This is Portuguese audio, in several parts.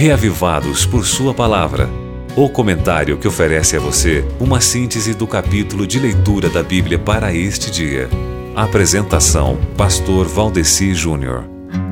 Reavivados por Sua Palavra. O comentário que oferece a você uma síntese do capítulo de leitura da Bíblia para este dia. Apresentação: Pastor Valdeci Júnior.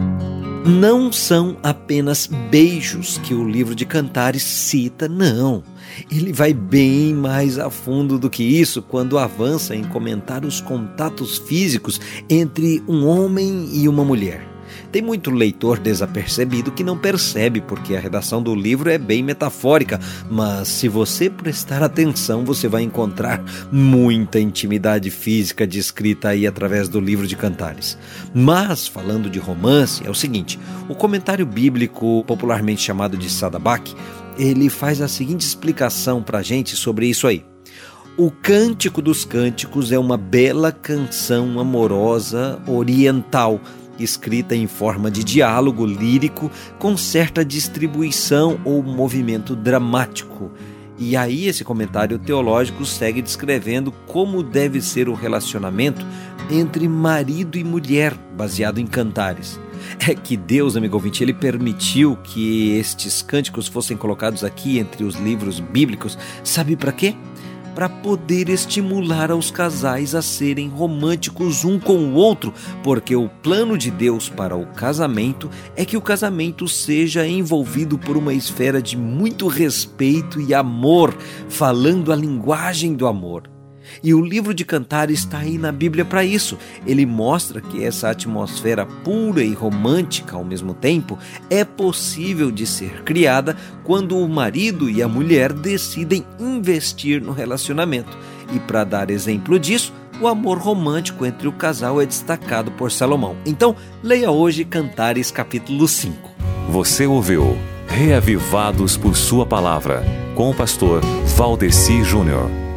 Não são apenas beijos que o livro de Cantares cita, não. Ele vai bem mais a fundo do que isso quando avança em comentar os contatos físicos entre um homem e uma mulher. Tem muito leitor desapercebido que não percebe porque a redação do livro é bem metafórica, mas se você prestar atenção, você vai encontrar muita intimidade física descrita aí através do livro de Cantares. Mas, falando de romance, é o seguinte: o comentário bíblico, popularmente chamado de Sadabaque, ele faz a seguinte explicação para a gente sobre isso aí. O Cântico dos Cânticos é uma bela canção amorosa oriental, escrita em forma de diálogo lírico com certa distribuição ou movimento dramático. E aí esse comentário teológico segue descrevendo como deve ser o relacionamento entre marido e mulher, baseado em Cantares. É que Deus, amigo ouvinte, Ele permitiu que estes cânticos fossem colocados aqui entre os livros bíblicos, sabe para quê? Para poder estimular aos casais a serem românticos um com o outro, porque o plano de Deus para o casamento é que o casamento seja envolvido por uma esfera de muito respeito e amor, falando a linguagem do amor. E o livro de Cantares está aí na Bíblia para isso. Ele mostra que essa atmosfera pura e romântica ao mesmo tempo é possível de ser criada quando o marido e a mulher decidem investir no relacionamento. E para dar exemplo disso, o amor romântico entre o casal é destacado por Salomão. Então, leia hoje Cantares capítulo 5. Você ouviu Reavivados por Sua Palavra, com o pastor Valdeci Júnior.